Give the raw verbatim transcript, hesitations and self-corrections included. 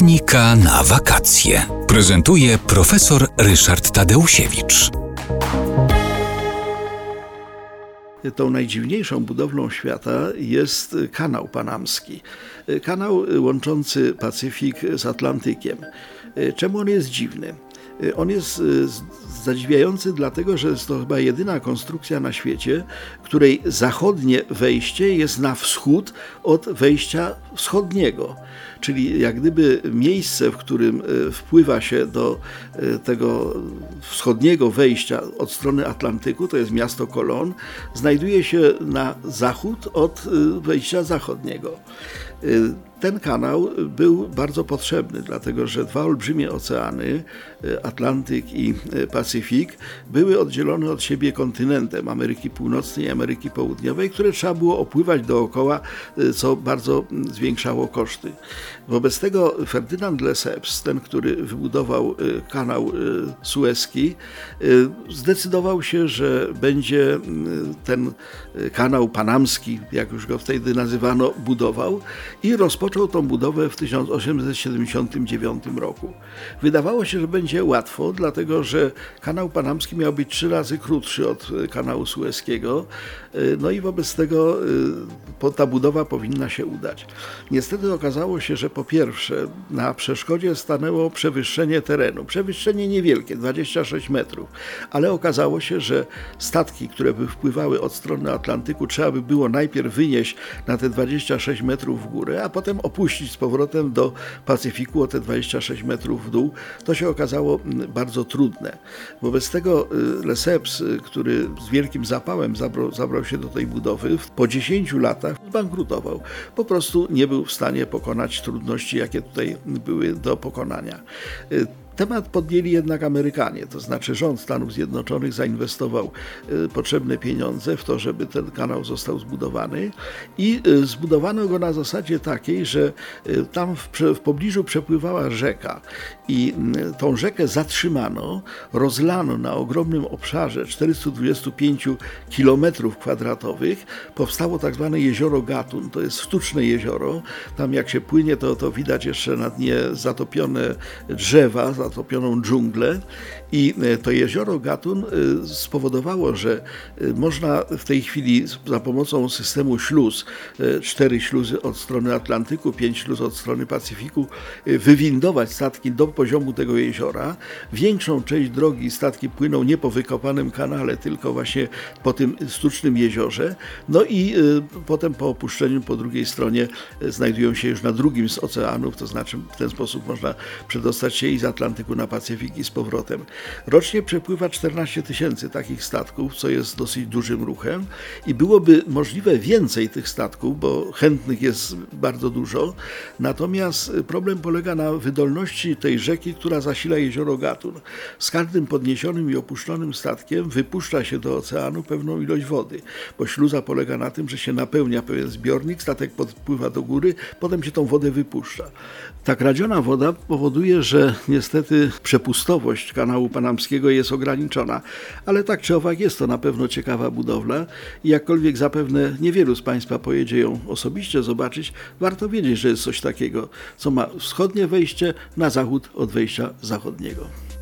Technika na wakacje. Prezentuje profesor Ryszard Tadeusiewicz. Tą najdziwniejszą budowlą świata jest kanał panamski. Kanał łączący Pacyfik z Atlantykiem. Czemu on jest dziwny? On jest zadziwiający dlatego, że jest to chyba jedyna konstrukcja na świecie, której zachodnie wejście jest na wschód od wejścia wschodniego. Czyli jak gdyby miejsce, w którym wpływa się do tego wschodniego wejścia od strony Atlantyku, to jest miasto Colón, znajduje się na zachód od wejścia zachodniego. Ten kanał był bardzo potrzebny, dlatego że dwa olbrzymie oceany, Atlantyk i Pacyfik, były oddzielone od siebie kontynentem Ameryki Północnej i Ameryki Południowej, które trzeba było opływać dookoła, co bardzo zwiększało koszty. Wobec tego Ferdynand Lesseps, ten, który wybudował kanał Sueski, zdecydował się, że będzie ten kanał panamski, jak już go wtedy nazywano, budował i rozpoczął tą budowę w tysiąc osiemset siedemdziesiątym dziewiątym roku. Wydawało się, że będzie łatwo, dlatego że kanał panamski miał być trzy razy krótszy od kanału sueskiego, no i wobec tego ta budowa powinna się udać. Niestety okazało się, że po pierwsze na przeszkodzie stanęło przewyższenie terenu. Przewyższenie niewielkie, dwadzieścia sześć metrów, ale okazało się, że statki, które by wpływały od strony Atlantyku, trzeba by było najpierw wynieść na te dwadzieścia sześć metrów w górę, a potem opuścić z powrotem do Pacyfiku o te dwadzieścia sześć metrów w dół. To się okazało bardzo trudne. Wobec tego Lesseps, który z wielkim zapałem zabrał, zabrał się do tej budowy, po dziesięciu latach zbankrutował. Po prostu nie był w stanie pokonać trudności, jakie tutaj były do pokonania. Temat podjęli jednak Amerykanie, to znaczy rząd Stanów Zjednoczonych zainwestował y, potrzebne pieniądze w to, żeby ten kanał został zbudowany i y, zbudowano go na zasadzie takiej, że y, tam w, w pobliżu przepływała rzeka i y, tą rzekę zatrzymano, rozlano na ogromnym obszarze czterysta dwadzieścia pięć kilometrów kwadratowych, powstało tak zwane jezioro Gatun, to jest sztuczne jezioro, tam jak się płynie, to, to widać jeszcze na dnie zatopione drzewa, zatopioną dżunglę i to jezioro Gatun spowodowało, że można w tej chwili za pomocą systemu śluz, cztery śluzy od strony Atlantyku, pięć śluz od strony Pacyfiku, wywindować statki do poziomu tego jeziora. Większą część drogi statki płyną nie po wykopanym kanale, tylko właśnie po tym sztucznym jeziorze. No i potem po opuszczeniu po drugiej stronie znajdują się już na drugim z oceanów, to znaczy w ten sposób można przedostać się i z Atlantyku na Pacyfik i z powrotem. Rocznie przepływa czternaście tysięcy takich statków, co jest dosyć dużym ruchem i byłoby możliwe więcej tych statków, bo chętnych jest bardzo dużo, natomiast problem polega na wydolności tej rzeki, która zasila jezioro Gatun. Z każdym podniesionym i opuszczonym statkiem wypuszcza się do oceanu pewną ilość wody, bo śluza polega na tym, że się napełnia pewien zbiornik, statek podpływa do góry, potem się tą wodę wypuszcza. Ta kradziona woda powoduje, że niestety przepustowość kanału panamskiego jest ograniczona, ale tak czy owak jest to na pewno ciekawa budowla i jakkolwiek zapewne niewielu z Państwa pojedzie ją osobiście zobaczyć, warto wiedzieć, że jest coś takiego, co ma wschodnie wejście na zachód od wejścia zachodniego.